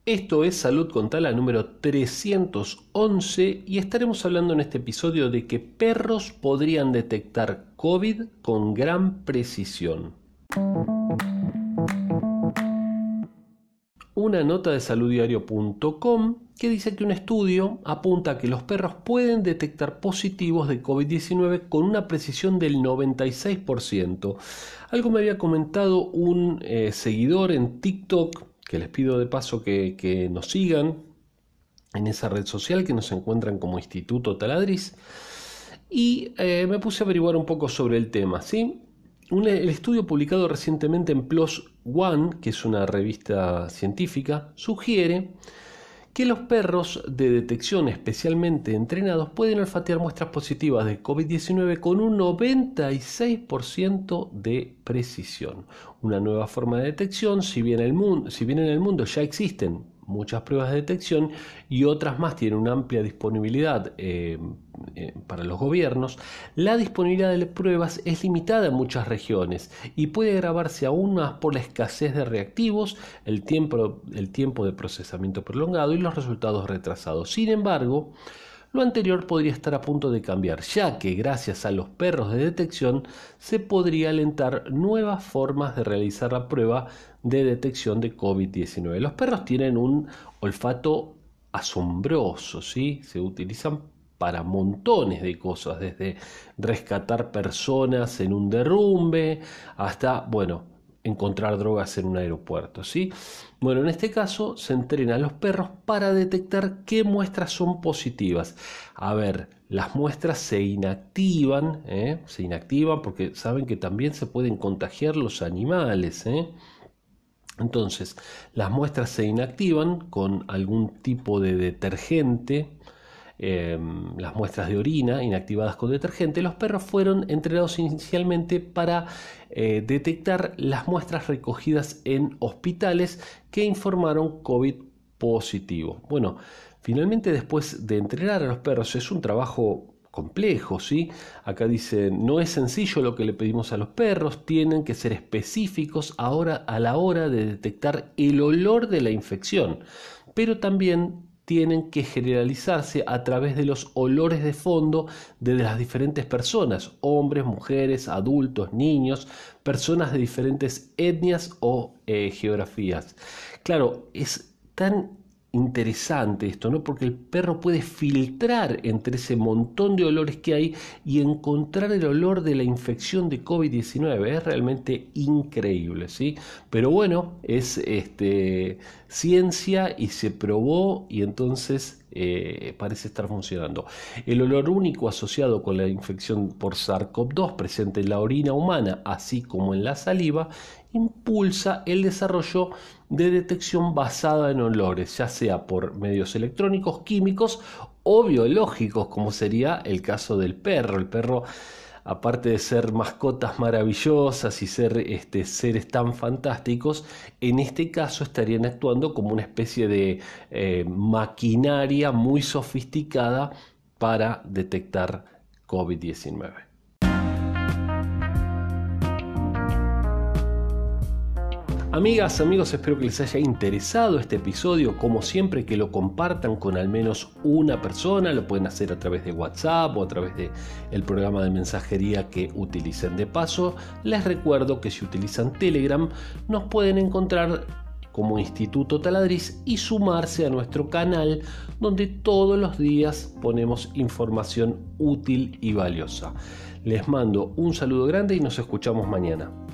Esto es Salud con Tala número 311 y estaremos hablando en este episodio de que perros podrían detectar COVID con gran precisión. Una nota de saluddiario.com que dice que un estudio apunta a que los perros pueden detectar positivos de COVID-19 con una precisión del 96%. Algo me había comentado un seguidor en TikTok, que les pido de paso que nos sigan en esa red social, que nos encuentran como Instituto Taladriz, y me puse a averiguar un poco sobre el tema, ¿sí? El estudio publicado recientemente en PLOS ONE, que es una revista científica, sugiere que los perros de detección especialmente entrenados pueden olfatear muestras positivas de COVID-19 con un 96% de precisión. Una nueva forma de detección, si bien en el mundo ya existen muchas pruebas de detección y otras más tienen una amplia disponibilidad para los gobiernos, la disponibilidad de pruebas es limitada en muchas regiones y puede agravarse aún más por la escasez de reactivos, el tiempo de procesamiento prolongado y los resultados retrasados. Sin embargo, lo anterior podría estar a punto de cambiar, ya que gracias a los perros de detección se podría alentar nuevas formas de realizar la prueba de detección de COVID-19. Los perros tienen un olfato asombroso, ¿sí? Se utilizan para montones de cosas, desde rescatar personas en un derrumbe hasta, encontrar drogas en un aeropuerto, ¿sí? Bueno, en este caso se entrenan a los perros para detectar qué muestras son positivas. A ver, las muestras se inactivan porque saben que también se pueden contagiar los animales, Entonces, las muestras se inactivan con algún tipo de detergente. Las muestras de orina inactivadas con detergente. Los perros fueron entrenados inicialmente para detectar las muestras recogidas en hospitales que informaron COVID positivo. Bueno, finalmente después de entrenar a los perros es un trabajo complejo, ¿sí? Acá dice, no es sencillo lo que le pedimos a los perros, tienen que ser específicos ahora a la hora de detectar el olor de la infección, pero también tienen que generalizarse a través de los olores de fondo de las diferentes personas, hombres, mujeres, adultos, niños, personas de diferentes etnias o geografías. Claro, es tan interesante esto, ¿no? Porque el perro puede filtrar entre ese montón de olores que hay y encontrar el olor de la infección de COVID-19. Es realmente increíble, ¿sí? Pero bueno, es ciencia y se probó y entonces parece estar funcionando. El olor único asociado con la infección por SARS-CoV-2 presente en la orina humana, así como en la saliva, impulsa el desarrollo de detección basada en olores, ya sea por medios electrónicos, químicos o biológicos, como sería el caso del perro. El perro, aparte de ser mascotas maravillosas y ser seres tan fantásticos, en este caso estarían actuando como una especie de maquinaria muy sofisticada para detectar COVID-19. Amigas, amigos, espero que les haya interesado este episodio. Como siempre, que lo compartan con al menos una persona. Lo pueden hacer a través de WhatsApp o a través del programa de mensajería que utilicen. De paso, les recuerdo que si utilizan Telegram, nos pueden encontrar como Instituto Taladriz y sumarse a nuestro canal, donde todos los días ponemos información útil y valiosa. Les mando un saludo grande y nos escuchamos mañana.